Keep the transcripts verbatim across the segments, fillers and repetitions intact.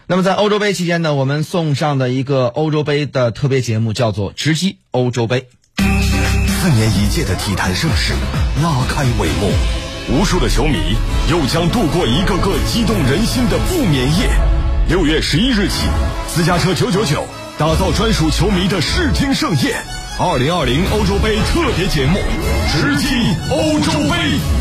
那么在欧洲杯期间呢，我们送上的一个欧洲杯的特别节目叫做直击欧洲杯。 四年一届的体坛盛事拉开帷幕，无数的球迷又将度过一个个激动人心的不眠夜。六月十一日起，私家车九九九打造专属球迷的视听盛宴，二零二零欧洲杯特别节目直击欧洲杯。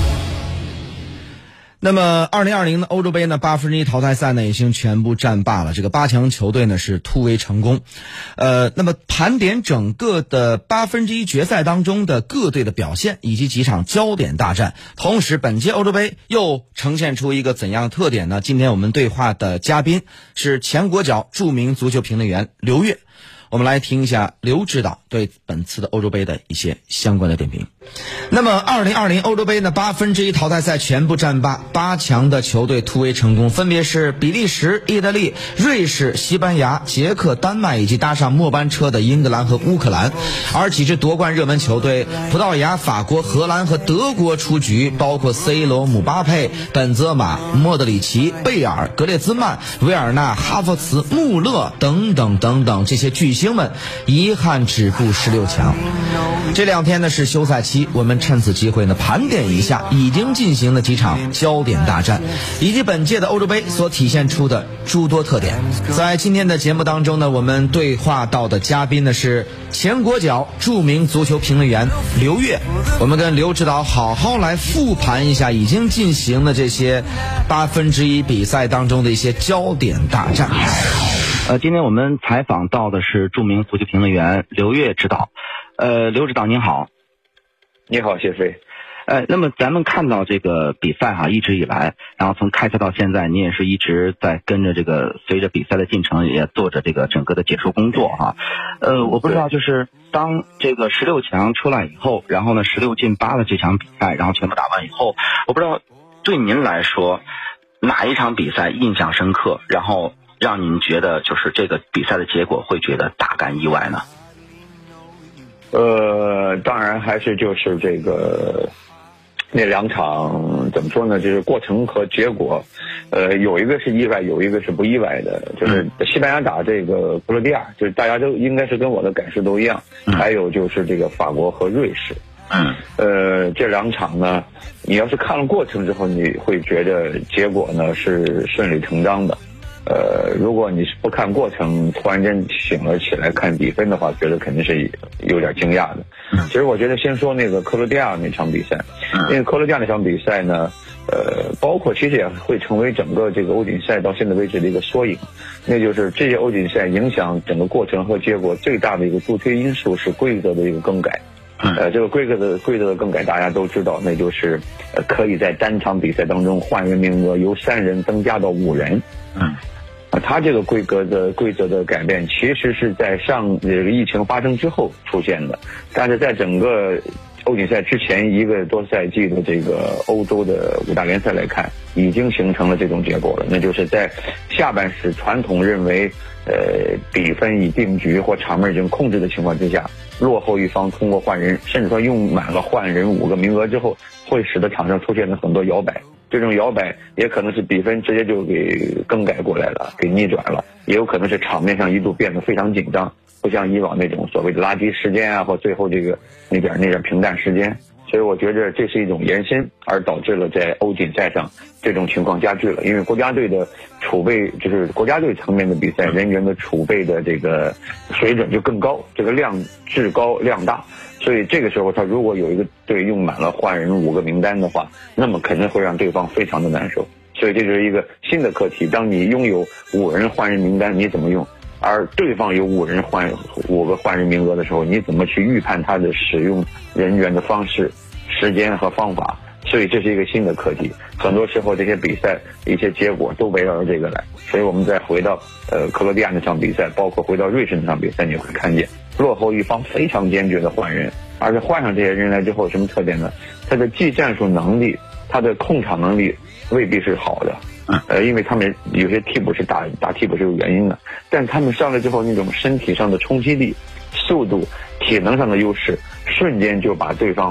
那么二零二零的欧洲杯呢，八分之一淘汰赛呢已经全部战罢了，这个八强球队呢是突围成功。呃，那么盘点整个的八分之一决赛当中的各队的表现以及几场焦点大战，同时本届欧洲杯又呈现出一个怎样的特点呢？今天我们对话的嘉宾是前国脚著名足球评论员刘越。我们来听一下刘指导对本次的欧洲杯的一些相关的点评。那么二零二零欧洲杯呢，八分之一淘汰赛全部战罢，八强的球队突围成功，分别是比利时、意大利、瑞士、西班牙、捷克、丹麦以及搭上末班车的英格兰和乌克兰。而几支夺冠热门球队葡萄牙、法国、荷兰和德国出局，包括 C 罗、姆巴佩、本泽马、莫德里奇、贝尔、格列兹曼、维尔纳、哈弗茨、穆勒等等等等这些巨星们遗憾止步十六强。这两天呢是休赛期，我们趁此机会呢盘点一下已经进行的几场焦点大战，以及本届的欧洲杯所体现出的诸多特点。在今天的节目当中呢，我们对话到的嘉宾呢是前国脚著名足球评论员刘越。我们跟刘指导好好来复盘一下已经进行的这些八分之一比赛当中的一些焦点大战。呃，今天我们采访到的是著名足球评论员刘越指导。呃，刘指导您好。 你好，谢飞。 呃，那么咱们看到这个比赛哈，一直以来，然后从开赛到现在，你也是一直在跟着这个，随着比赛的进程，也做着这个整个的解说工作哈。呃，我不知道，就是当这个十六强出来以后，然后呢，十六进八的这场比赛，然后全部打完以后，我不知道对您来说，哪一场比赛印象深刻，然后让您觉得就是这个比赛的结果会觉得大感意外呢？ 呃，当然还是就是这个那两场怎么说呢？就是过程和结果，呃，有一个是意外，有一个是不意外的。就是西班牙打这个克罗地亚，就是大家都应该是跟我的感受都一样。还有就是这个法国和瑞士。 嗯。 呃，这两场呢，你要是看了过程之后，你会觉得结果呢是顺理成章的。呃，如果你是不看过程，突然间醒了起来看比分的话，觉得肯定是有点惊讶的。其实我觉得先说那个克罗地亚那场比赛，因为克罗地亚那场比赛呢，呃，包括其实也会成为整个这个欧锦赛到现在为止的一个缩影。那就是这些欧锦赛影响整个过程和结果最大的一个助推因素是规则的一个更改。呃，这个规则的规则的更改大家都知道，那就是呃可以在单场比赛当中换人名额由三人增加到五人。 嗯。 啊，它这个规格的规则的改变，其实是在上这个疫情发生之后出现的，但是在整个欧锦赛之前一个多赛季的这个欧洲的五大联赛来看，已经形成了这种结果了，那就是在下半时传统认为，呃，比分已定局或场面已经控制的情况之下，落后一方通过换人，甚至说用满了换人五个名额之后，会使得场上出现了很多摇摆。这种摇摆也可能是比分直接就给更改过来了，给逆转了，也有可能是场面上一度变得非常紧张，不像以往那种所谓的垃圾时间啊，或最后这个那点那点平淡时间。所以我觉得这是一种延伸，而导致了在欧锦赛上这种情况加剧了。因为国家队的储备，就是国家队层面的比赛人员的储备的这个水准就更高，这个量质高量大。所以这个时候他如果有一个队用满了换人五个名单的话，那么肯定会让对方非常的难受。所以这就是一个新的课题，当你拥有五人换人名单你怎么用，而对方有五人换五个换人名额的时候，你怎么去预判他的使用人员的方式、时间和方法。所以这是一个新的课题，很多时候这些比赛一些结果都围绕着这个来。所以我们再回到呃克罗地亚那场比赛，包括回到瑞士那场比赛，你会看见落后一方非常坚决的换人，而且换上这些人来之后什么特点呢？他的技战术能力，他的控场能力未必是好的，呃，因为他们有些替补是打打替补是有原因的，但他们上来之后那种身体上的冲击力、速度、体能上的优势，瞬间就把对方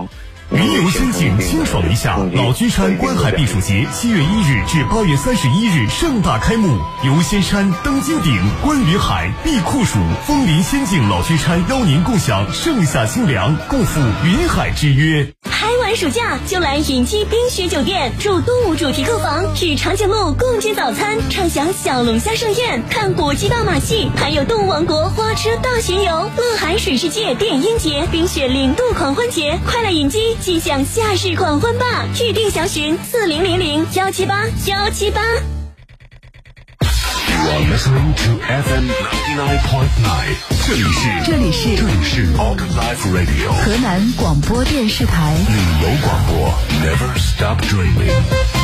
云游仙境，清爽一下。老君山观海避暑节七月一日至八月三十一日盛大开幕，游仙山，登金顶，观云海，避酷暑。枫林仙境老君山邀您共享盛夏清凉，共赴云海之约。 嗨完暑假就来云姬冰雪酒店，住动物主题客房，与长颈鹿共进早餐，畅享小龙虾盛宴，看国际大马戏，还有动物王国花车大巡游，乐海水世界电音节，冰雪零度狂欢节，快来云姬即享夏日狂欢吧！预定详询四零零零幺七八幺七八。 You are listening to F M ninety-nine point nine， 这里是这里是这里是 Open Life Radio， 河南广播电视台旅游广播 ，Never Stop Dreaming。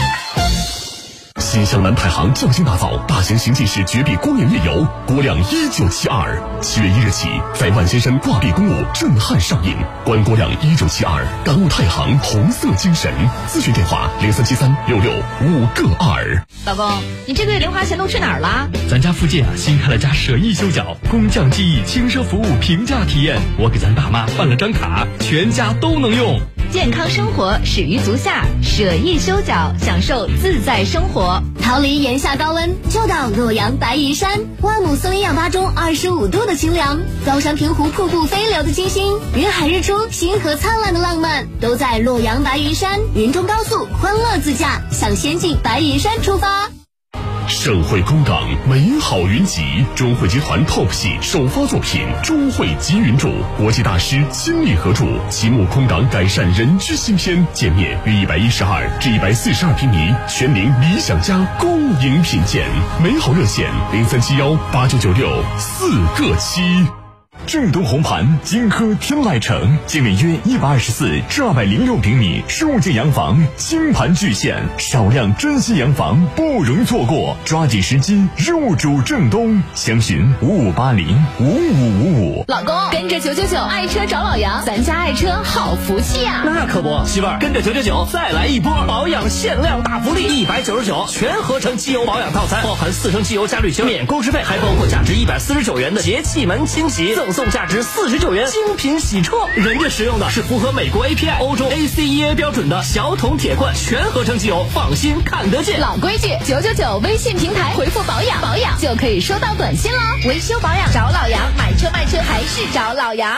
新乡南太行匠心打造大型行进式绝壁光影夜游，国亮一九七二，七月一日起在万仙山挂壁公路震撼上映。观国亮一九七二，感悟太行红色精神。咨询电话零三七三六六五个二。 老公，你这个月零花钱都去哪儿了？ 咱家附近啊，新开了家舍艺修脚，工匠技艺，轻奢服务，平价体验。我给咱爸妈办了张卡，全家都能用。 健康生活始于足下，舍艺修脚，享受自在生活。 逃离炎夏高温，就到洛阳白云山，万亩森林氧吧中二十五度的清凉，高山平湖瀑布飞流的清新，云海日出，星河灿烂的浪漫，都在洛阳白云山。云中高速，欢乐自驾，向仙境白云山出发。 盛会空港，美好云集，中汇集团 Top 系首发作品中汇集云住，国际大师亲力合著，极目空港改善人居新篇，建面约一百一十二至一百四十二平米，全龄理想家公营品鉴，美好热线零三七幺八九九六四个七。正东红盘金科天籁城，建面约一百二十四至二百零六平米，数件洋房，新盘巨献，少量真心洋房不容错过，抓紧时机入主正东，详询五五八零五五五五。 老公，跟着九九九爱车找老杨，咱家爱车好福气呀、啊！ 那可不，媳妇儿跟着九九九再来一波保养限量大福利，一百九十九全合成机油保养套餐，包含四升机油加滤清，免工时费，还包括价值一百四十九元的节气门清洗，赠送价值四十九元精品洗车。人家使用的是符合美国 A P I、欧洲 A C E A 标准的小桶铁罐全合成机油，放心看得见。 老规矩，九九九微信平台回复保养保养就可以收到短信喽。维修保养找老杨，买车卖车还是找老杨。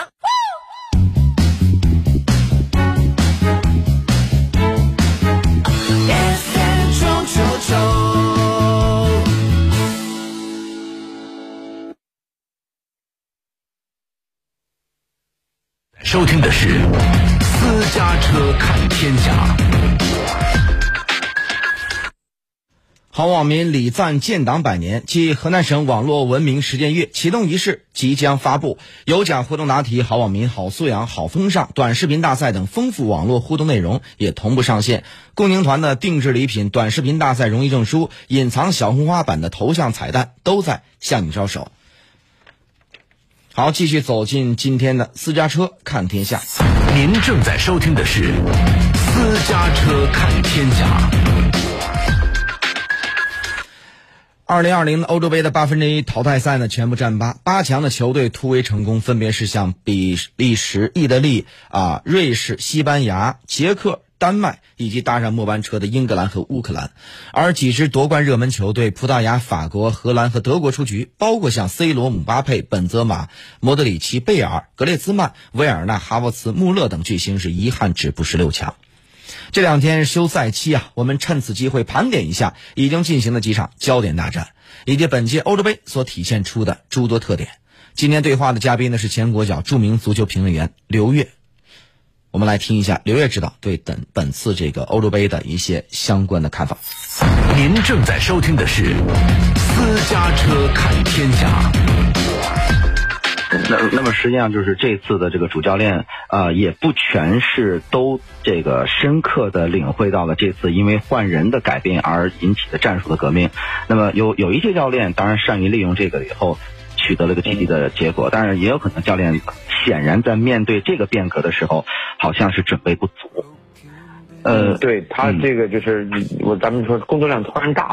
收听的是私家车看天下。 好网民礼赞建党百年暨河南省网络文明实践月启动仪式即将发布，有奖活动答题、好网民、好素养、好风尚、短视频大赛等丰富网络互动内容也同步上线。共青团的定制礼品、短视频大赛荣誉证书、隐藏小红花版的头像彩蛋都在向你招手。好，继续走进今天的私家车看天下。 您正在收听的是私家车看天下。 二零二零欧洲杯的八分之一淘汰赛呢，全部战罢，八强的球队突围成功，分别是像比利时、意大利啊、瑞士、西班牙、捷克、丹麦以及搭上末班车的英格兰和乌克兰。而几支夺冠热门球队葡萄牙、法国、荷兰和德国出局，包括像 C 罗、姆巴佩、本泽马、莫德里奇、贝尔、格列兹曼、维尔纳、哈弗茨、穆勒等巨星是遗憾止步十六强。这两天休赛期啊，我们趁此机会盘点一下已经进行的几场焦点大战，以及本届欧洲杯所体现出的诸多特点。今天对话的嘉宾呢是前国脚著名足球评论员刘越，我们来听一下刘越指导对本本次这个欧洲杯的一些相关的看法。 您正在收听的是私家车看天下。 那那么实际上就是这次的这个主教练呃也不全是都这个深刻的领会到了这次因为换人的改变而引起的战术的革命。那么有有一些教练当然善于利用这个以后取得了个积极的结果，但是也有可能教练显然在面对这个变革的时候好像是准备不足。 呃，对他这个就是、嗯、我咱们说工作量突然大了，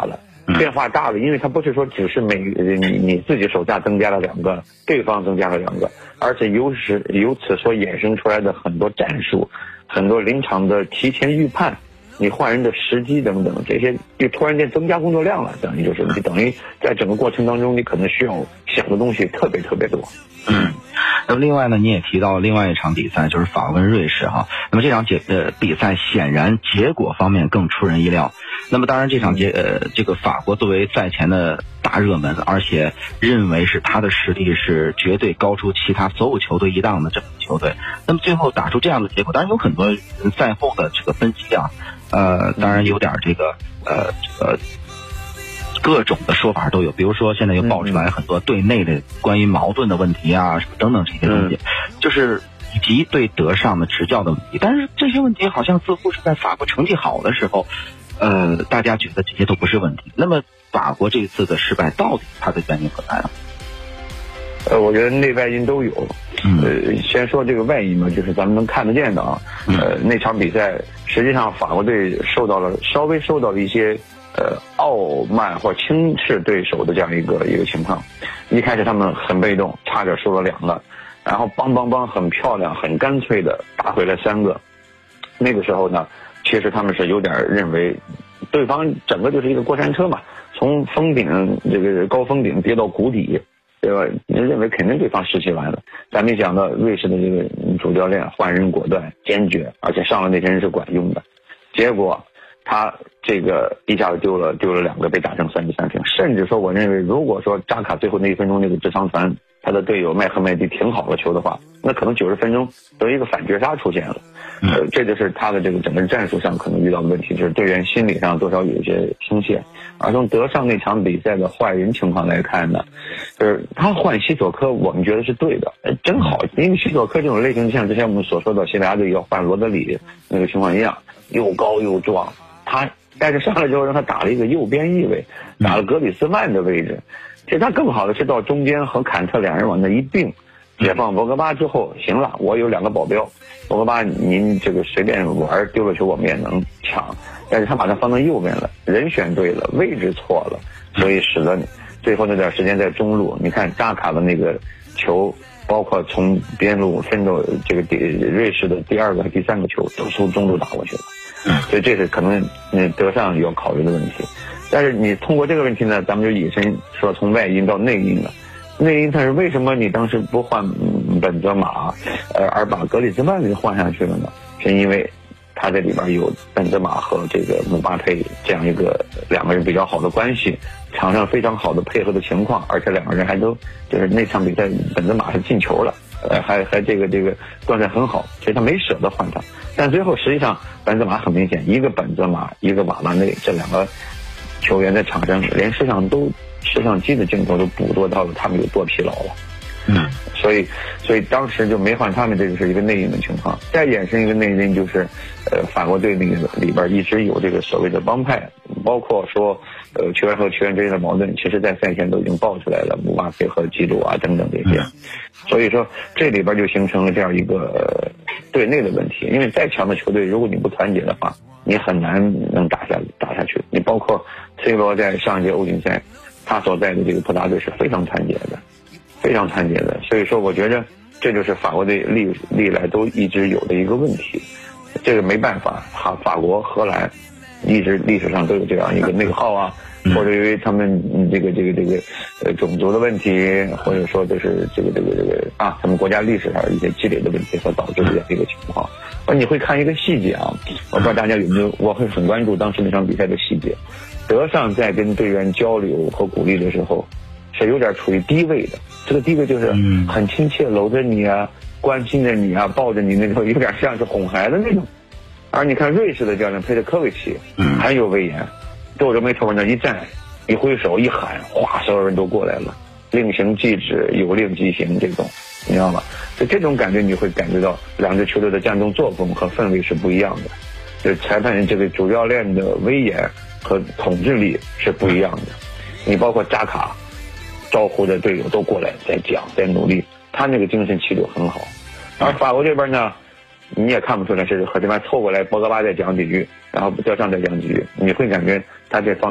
变化大了，因为它不是说只是每你你自己手下增加了两个，对方增加了两个，而且由此由此所衍生出来的很多战术，很多临场的提前预判，你换人的时机等等，这些就突然间增加工作量了，等于就是你等于在整个过程当中，你可能需要想的东西特别特别多。 嗯，那么另外呢，你也提到另外一场比赛就是法国跟瑞士哈。那么这场结呃比赛显然结果方面更出人意料。那么当然这场结呃这个法国作为赛前的大热门，而且认为是他的实力是绝对高出其他所有球队一档的这么球队。那么最后打出这样的结果，当然有很多赛后的这个分析啊，呃当然有点这个呃呃。各种的说法都有，比如说现在又爆出来很多队内的关于矛盾的问题啊，什么等等这些东西，就是以及对德尚的执教的问题。但是这些问题好像似乎是在法国成绩好的时候，呃，大家觉得这些都不是问题。那么法国这一次的失败到底它的原因何在呢？ 呃，我觉得内外因都有。呃，先说这个外因嘛，就是咱们能看得见的啊。呃，那场比赛实际上法国队受到了稍微受到了一些。呃，傲慢或轻视对手的这样一个一个情况，一开始他们很被动，差点输了两个，然后邦邦邦很漂亮、很干脆的打回来三个。那个时候呢，其实他们是有点认为，对方整个就是一个过山车嘛，从峰顶这个高峰顶跌到谷底，对吧？人认为肯定对方士气完了，但没想到瑞士的这个主教练换人果断、坚决，而且上了那些人是管用的，结果。他这个一下子丢了丢了两个，被打成三比三平。甚至说，我认为如果说扎卡最后那一分钟那个直长传，他的队友麦克麦迪停好了球的话，那可能九十分钟得一个反绝杀出现了。呃，这就是他的这个整个战术上可能遇到的问题，就是队员心理上多少有一些倾斜。而从德尚那场比赛的换人情况来看呢，就是他换西索科，我们觉得是对的，真好，因为西索科这种类型就像之前我们所说的西班牙队要换罗德里那个情况一样，又高又壮。他但是上来之后让他打了一个右边翼位，打了格里斯曼的位置。其实他更好的是到中间和坎特两人往那一并，解放博格巴之后，行了，我有两个保镖，博格巴您这个随便玩，丢了球我们也能抢。但是他把他放到右边了，人选对了，位置错了，所以使得最后那段时间在中路，你看扎卡的那个球。包括从边路分到这个第瑞士的第二个、第三个球都从中路打过去了，所以这是可能嗯德尚要考虑的问题。但是你通过这个问题呢，咱们就引申说从外因到内因了。内因它是为什么你当时不换本泽马，呃而把格里兹曼给换下去了呢？是因为他这里边有本泽马和这个姆巴佩这样一个两个人比较好的关系。场上非常好的配合的情况，而且两个人还都就是那场比赛本泽马是进球了，呃，还还这个这个状态很好，所以他没舍得换他。但最后实际上本泽马很明显，一个本泽马，一个瓦拉内，这两个球员在场上连摄像都摄像机的镜头都捕捉到了他们有多疲劳了。嗯，所以所以当时就没换他们，这就是一个内因的情况。再衍生一个内因就是，呃，法国队那个里边一直有这个所谓的帮派，包括说，呃，球员和球员之间的矛盾，其实在赛前都已经爆出来了，姆巴佩和基鲁啊等等这些。所以说这里边就形成了这样一个、呃、队内的问题，因为再强的球队，如果你不团结的话，你很难能打下打下去。你包括 C 罗在上一届欧锦赛，他所在的这个葡萄牙队是非常团结的。非常团结的，所以说我觉得这就是法国队历历来都一直有的一个问题，这个没办法，法法国、荷兰一直历史上都有这样一个内耗啊，或者因为他们这个这个这个呃种族的问题，或者说就是这个这个这个啊，他们国家历史上一些积累的问题所导致的这个情况。而你会看一个细节啊，我不知道大家有没有，我会很关注当时那场比赛的细节。德尚在跟队员交流和鼓励的时候，是有点处于低位的。这个低位就是很亲切搂着你啊，关心着你啊，抱着你那种，有点像是哄孩子那种。而你看瑞士的教练佩特科维奇，很有威严，皱着眉头往那一站，一挥手一喊，哗，所有人都过来了，令行即止，有令即行，这种你知道吗？就这种感觉，你会感觉到两支球队的战斗作风和氛围是不一样的，就裁判这个主教练的威严和统治力是不一样的。你包括扎卡招呼着队友都过来，在讲，在努力，他那个精神气度很好。而法国这边呢，你也看不出来是和这边凑过来，博格巴再讲几句，然后德尚再讲几句，你会感觉他这方面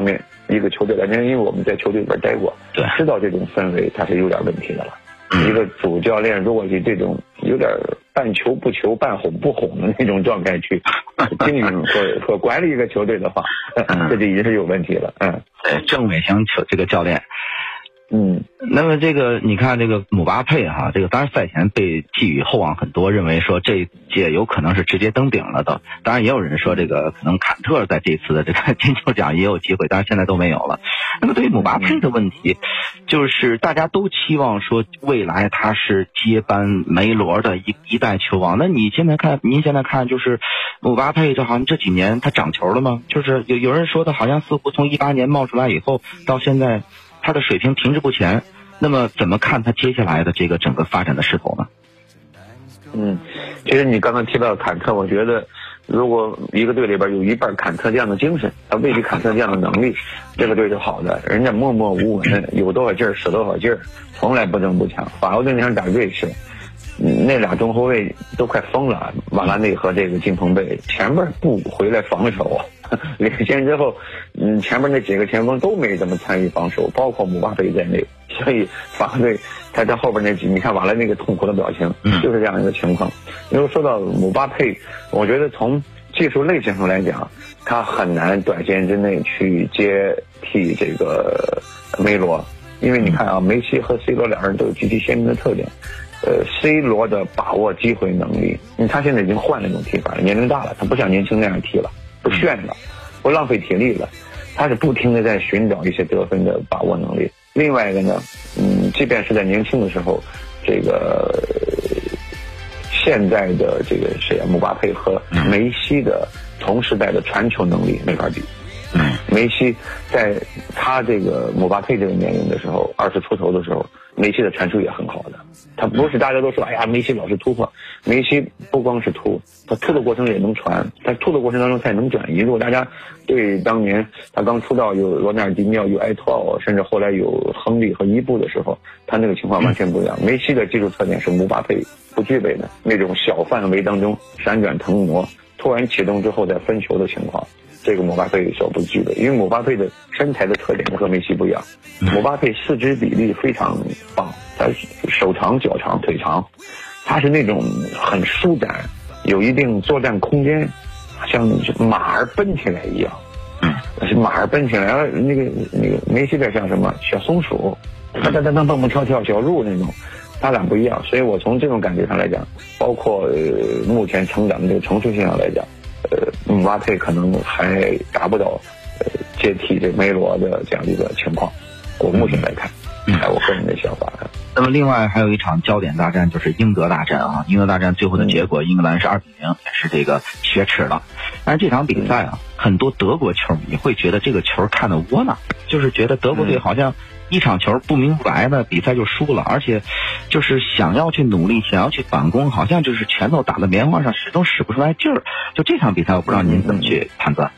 一个球队来讲，因为我们在球队里边待过， 对， 知道这种氛围它是有点问题的了。一个主教练如果是这种有点半求不求、半哄不哄的那种状态去经营和和管理一个球队的话，这就已经是有问题了。嗯， 郑伟行球这个教练。 嗯， 那么这个你看这个姆巴佩哈，这个当然赛前被寄予厚望很多，认为说这一届有可能是直接登顶了的。当然也有人说这个可能坎特在这次的这个金球奖也有机会，但是现在都没有了。那么对于姆巴佩的问题，就是大家都期望说未来他是接班梅罗的一一代球王。那你现在看，您现在看就是姆巴佩这好像这几年他长球了吗？就是有有人说的好像似乎从一八年冒出来以后到现在，他的水平停滞不前，那么怎么看他接下来的这个整个发展的势头呢？ 嗯，其实你刚刚提到坎特，我觉得如果一个队里边有一半坎特这样的精神，他未必坎特这样的能力，这个队是好的。人家默默无闻，有多少劲儿使多少劲儿，从来不争不抢。法国队那场打瑞士，那俩中后卫都快疯了，瓦拉内和这个金彭贝前边不回来防守，领先之后，嗯，前面那几个前锋都没怎么参与防守，包括姆巴佩在内。所以法国队他在后边那几，你看瓦拉那个痛苦的表情，就是这样一个情况。如果说到姆巴佩，我觉得从技术类型上来讲，他很难短时间之内去接替这个梅罗，因为你看啊，梅西和 C 罗两人都有极其鲜明的特点。呃 ，C 罗的把握机会能力，因为他现在已经换了一种踢法了，年龄大了，他不像年轻那样踢了，不炫了，不浪费体力了，他是不停的在寻找一些得分的把握能力。另外一个呢，嗯，即便是在年轻的时候，这个现在的这个谁啊，姆巴佩和梅西的同时代的传球能力没法比。嗯，梅西在他这个姆巴佩这个年龄的时候，二十出头的时候，梅西的传球也很好的。他不是大家都说，哎呀，梅西老是突破，梅西不光是突，他突的过程也能传，在突的过程当中他也能转移。如果大家对当年他刚出道有罗纳尔迪尼奥、有埃托奥，甚至后来有亨利和伊布的时候，他那个情况完全不一样。梅西的技术特点是姆巴佩不具备的，那种小范围当中闪转腾挪，突然启动之后再分球的情况。这个姆巴佩所不具备，因为姆巴佩的身材的特点和梅西不一样。姆巴佩四肢比例非常棒，他手长脚长腿长，他是那种很舒展，有一定作战空间，像马儿奔起来一样。嗯，是马儿奔起来，那个那个梅西点像什么小松鼠，哒哒哒哒蹦蹦跳跳小鹿那种。他俩不一样，所以我从这种感觉上来讲，包括、呃、目前成长的这个成熟性上来讲。呃，姆巴佩可能还达不到呃接替这梅罗的这样的一个情况。我目前来看，嗯，我个人的想法。 那么另外还有一场焦点大战就是英德大战啊，英德大战最后的结果，英格兰是二比零，也是这个雪耻了。但是这场比赛啊，很多德国球迷会觉得这个球看得窝囊，就是觉得德国队好像一场球不明不白的比赛就输了，而且就是想要去努力，想要去反攻，好像就是拳头打在棉花上，始终使不出来劲儿。就这场比赛，我不知道您怎么去判断。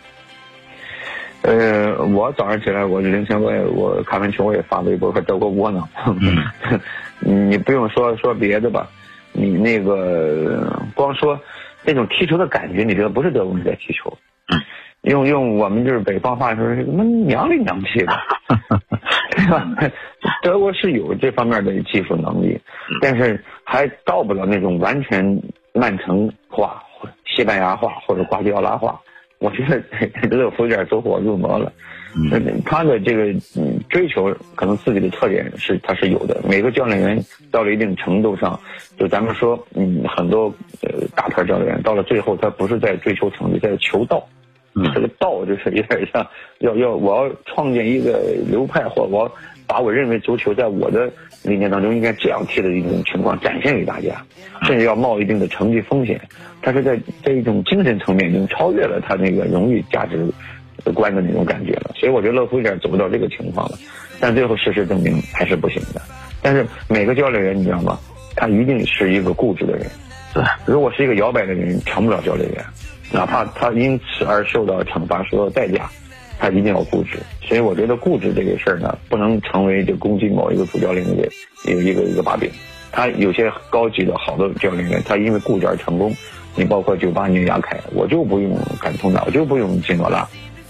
呃，我早上起来，我凌晨我也我看完球我也发微博说德国窝囊。嗯，你不用说说别的吧，你那个光说那种踢球的感觉，你觉得不是德国人在踢球？嗯，用用我们就是北方话说，什么娘里娘气的，对吧？德国是有这方面的技术能力，但是还到不了那种完全曼城化、西班牙化或者瓜迪奥拉化。我觉得勒夫有点走火入魔了。嗯，他的这个嗯追求可能自己的特点是他是有的。每个教练员到了一定程度上，就咱们说嗯很多呃大牌教练员到了最后，他不是在追求成绩，在求道。嗯，这个道就是有点像要要我要创建一个流派，或我要把我认为足球在我的理念当中应该这样踢的一种情况展现给大家，甚至要冒一定的成绩风险。他是在在一种精神层面已经超越了他那个荣誉价值观的那种感觉了，所以我觉得勒夫有点走不到这个情况了。但最后事实证明还是不行的。但是每个教练员你知道吗？他一定是一个固执的人。对，如果是一个摇摆的人，成不了教练员。哪怕他因此而受到惩罚、受到代价，他一定要固执。所以我觉得固执这个事儿呢，不能成为就攻击某一个主教练的一个一个一个把柄。他有些高级的好的教练员，他因为固执而成功。你包括九八年亚凯，我就不用坎通纳，我就不用基诺拉，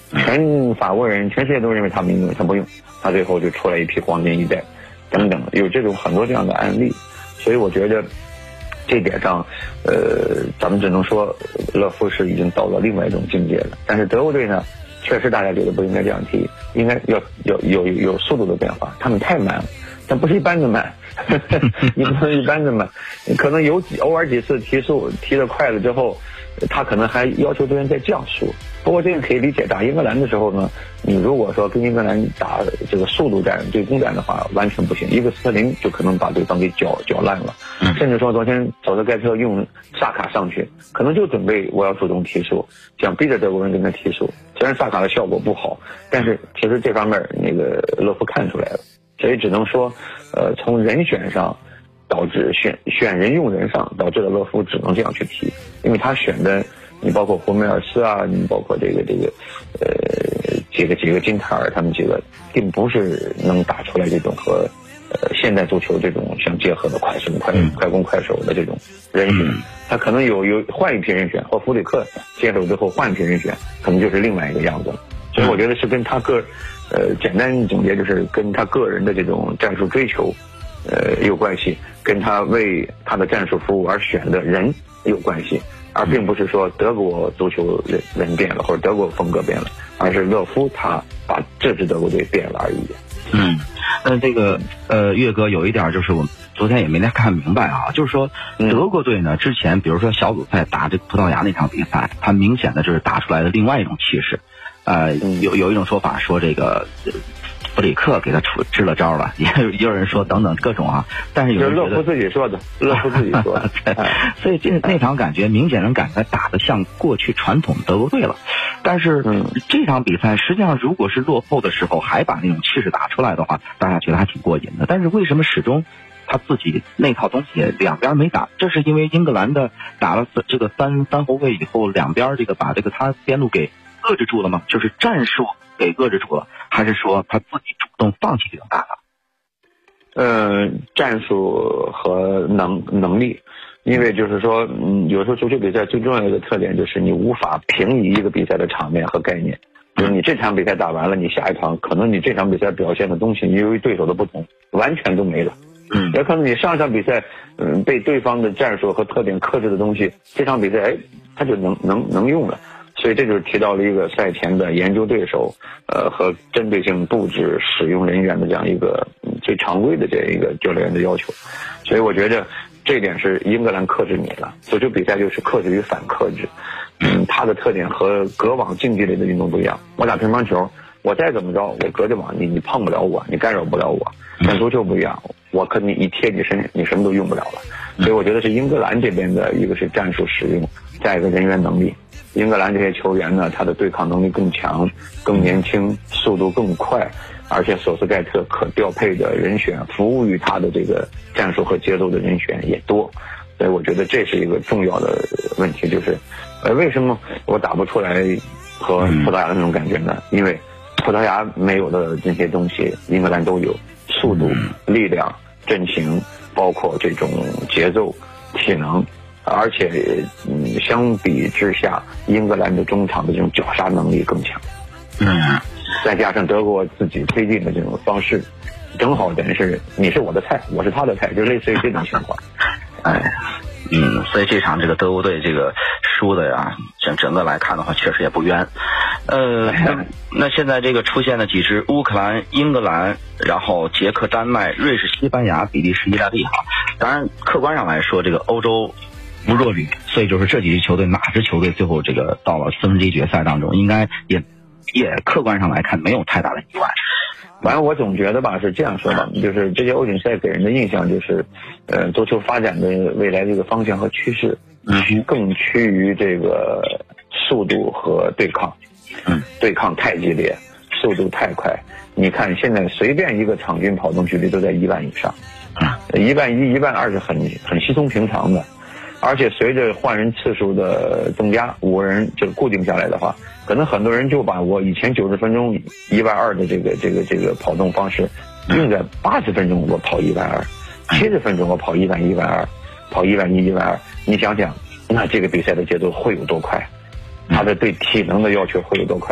全法国人、全世界都认为他没用，他不用，他最后就出来一批黄金一代，等等，有这种很多这样的案例。所以我觉得这点上，呃，咱们只能说勒夫是已经到了另外一种境界了。但是德国队呢，确实大家觉得不应该这样踢，应该要有有有速度的变化，他们太慢了，但不是一般的慢，你不能一般的慢，可能有几偶尔几次提速提得快了之后，他可能还要求队员再降速。不过这个可以理解，打英格兰的时候呢，你如果说跟英格兰打这个速度战、对攻战的话，完全不行，一个斯特林就可能把对方给搅搅烂了。甚至说昨天佐德盖特用萨卡上去，可能就准备我要主动提速，想逼着德国人跟他提速。虽然萨卡的效果不好，但是其实这方面那个勒夫看出来了，所以只能说，呃，从人选上导致选选人用人上导致了勒夫只能这样去踢，因为他选的。你包括胡梅尔斯啊，你包括这个这个，呃，几个几个金塔尔，他们几个并不是能打出来这种和呃现代足球这种相结合的快速快快攻快手的这种人选，他可能有有换一批人选，和弗里克接手之后换一批人选，可能就是另外一个样子了。所以我觉得是跟他个，呃，简单总结就是跟他个人的这种战术追求，呃有关系，跟他为他的战术服务而选的人有关系。而并不是说德国足球人人变了，或者德国风格变了，而是勒夫他把这支德国队变了而已。 嗯，那这个呃，岳哥有一点就是我们昨天也没太看明白啊，就是说德国队呢之前比如说小组赛打这个葡萄牙那场比赛，他明显的就是打出来的另外一种气势。呃，有有一种说法说这个。弗里克给他出支了招了，也有也有人说等等各种啊，但是有人觉得勒夫自己说的，勒夫自己说的， 所以这那场感觉明显能感觉打得像过去传统德国队了。但是、嗯、这场比赛实际上如果是落后的时候还把那种气势打出来的话，大家觉得还挺过瘾的。但是为什么始终他自己那套东西两边没打？这是因为英格兰的打了这个三三后卫以后，两边这个把这个他边路给遏制住了吗？就是战术给遏制住了，还是说他自己主动放弃这种打法？ 呃，战术和能能力，因为就是说，嗯，有时候足球比赛最重要的一个特点就是你无法平移一个比赛的场面和概念。就是你这场比赛打完了，你下一场可能你这场比赛表现的东西，由于对手的不同，完全都没了。嗯，也可能你上一场比赛，嗯，被对方的战术和特点克制的东西，这场比赛哎，他就能能能用了。所以这就是提到了一个赛前的研究对手，呃和针对性布置使用人员的这样一个、嗯、最常规的这样一个教练员的要求。所以我觉得这一点是英格兰克制你了，足球比赛就是克制与反克制。嗯，它的特点和隔网竞技类的运动不一样。我打乒乓球，我再怎么着，我隔着网你你碰不了我，你干扰不了我。但足球不一样，我可你一贴你身，你什么都用不了了。所以我觉得是英格兰这边的一个是战术使用，再一个人员能力。英格兰这些球员呢，他的对抗能力更强，更年轻，速度更快，而且索斯盖特可调配的人选，服务于他的这个战术和节奏的人选也多。所以我觉得这是一个重要的问题，就是呃为什么我打不出来和葡萄牙的那种感觉呢？因为葡萄牙没有的这些东西英格兰都有，速度、力量、阵型，包括这种节奏、体能，而且嗯，相比之下，英格兰的中场的这种绞杀能力更强。嗯，再加上德国自己推进的这种方式，正好等于是你是我的菜，我是他的菜，就类似于这种情况。 哎，嗯，所以这场这个德国队这个输的呀，整整个来看的话，确实也不冤。呃，那那现在这个出现了几支乌克兰、英格兰，然后捷克、丹麦、瑞士、西班牙、比利时、意大利哈。当然，客观上来说，这个欧洲不弱旅，所以就是这几支球队哪支球队最后这个到了四分之一决赛当中，应该也也客观上来看没有太大的意外。 反正我总觉得吧，是这样说吧，就是这些欧锦赛给人的印象就是，呃，足球发展的未来这个方向和趋势，趋更趋于这个速度和对抗，嗯，对抗太激烈，速度太快。你看现在随便一个场均跑动距离都在一万以上，一万一、一万二是很很稀松平常的。而且随着换人次数的增加，五个人这个固定下来的话，可能很多人就把我以前九十分钟一万二的这个这个这个跑动方式，用在八十分钟我跑一万二，七十分钟我跑一万一万二，跑一万一一万二，你想想，那这个比赛的节奏会有多快？他的对体能的要求会有多快？他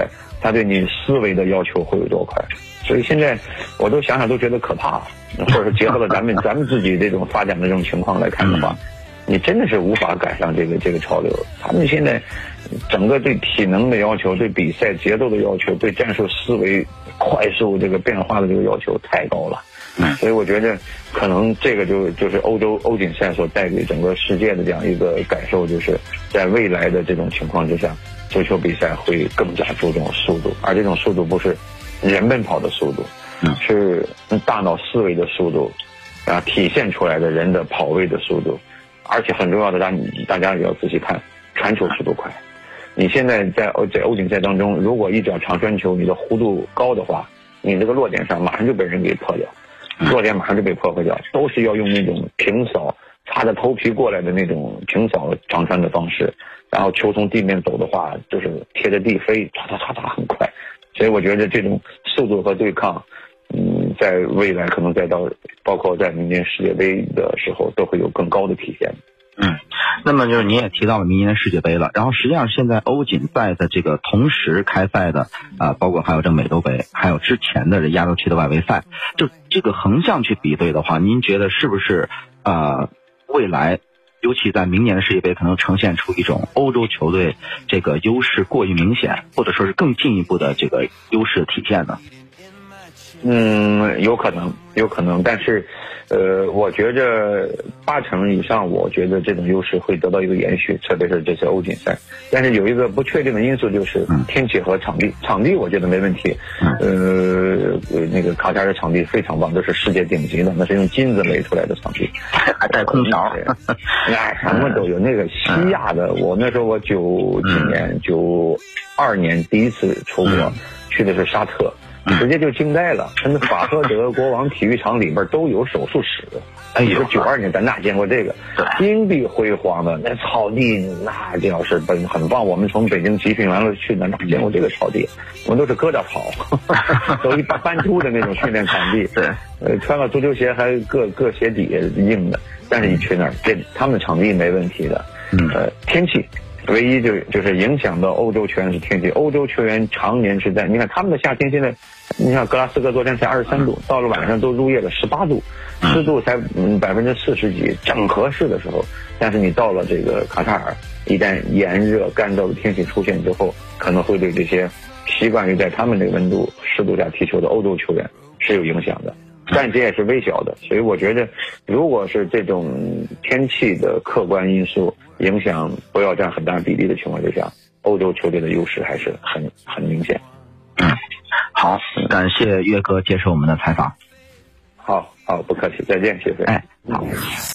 他对你思维的要求会有多快。所以现在我都想想都觉得可怕，或者是结合了咱们咱们自己这种发展的这种情况来看的话，你真的是无法赶上这个这个潮流。他们现在整个对体能的要求、对比赛节奏的要求、对战术思维快速这个变化的这个要求太高了。所以我觉得可能这个就就是欧洲欧锦赛所带给整个世界的这样一个感受，就是在未来的这种情况之下，足球比赛会更加注重速度，而这种速度不是人奔跑的速度，是大脑思维的速度，啊，体现出来的人的跑位的速度，而且很重要的，大大家也要仔细看，传球速度快。你现在在欧在欧锦赛当中，如果一脚长传球，你的弧度高的话，你这个落点上马上就被人给破掉。弱点马上就被破坏掉，都是要用那种平扫擦着头皮过来的那种平扫长传的方式，然后球从地面走的话就是贴着地飞，嚓嚓嚓嚓很快。所以我觉得这种速度和对抗，嗯，在未来可能再到包括在明年世界杯的时候都会有更高的体现。 嗯，那么就是您也提到了明年的世界杯了，然后实际上现在欧锦赛的这个同时开赛的啊、呃，包括还有这美洲杯，还有之前的这亚洲区的外围赛，就这个横向去比对的话，您觉得是不是呃未来，尤其在明年的世界杯可能呈现出一种欧洲球队这个优势过于明显，或者说是更进一步的这个优势体现呢？ 嗯，有可能，有可能，但是，呃，我觉着八成以上，我觉得这种优势会得到一个延续，特别是这次欧锦赛。但是有一个不确定的因素，就是天气和场地。场地我觉得没问题，呃，那个卡塔尔场地非常棒，都是世界顶级的，那是用金子垒出来的场地， 还带空调， 哎，什么都有。那个西亚的，我那时候我九几年、九二年第一次出国，去的是沙特。直接就惊呆了，真的法赫德国王体育场里边都有手术室。哎，你说九二年咱哪见过这个？金碧辉煌的那草地，那这要是本很棒。我们从北京集训完了去那哪见过这个草地？我们都是搁着跑，都一搬出的那种训练场地。对，呃，穿个足球鞋还硌硌鞋底硬的，但是一去那儿，这他们场地没问题的。嗯，呃，天气。唯一就就是影响到欧洲球员是天气，欧洲球员常年是在，你看他们的夏天现在，你看格拉斯哥昨天才二十三度，到了晚上都入夜了十八度，湿度才嗯百分之四十几，正合适的时候。但是你到了这个卡塔尔，一旦炎热干燥的天气出现之后，可能会对这些习惯于在他们这个温度湿度下踢球的欧洲球员是有影响的。但这也是微小的，所以我觉得，如果是这种天气的客观因素影响不要占很大比例的情况之下，欧洲球队的优势还是很很明显。 嗯，好，感谢岳哥接受我们的采访。 好，好，不客气，再见，谢谢。 哎，好。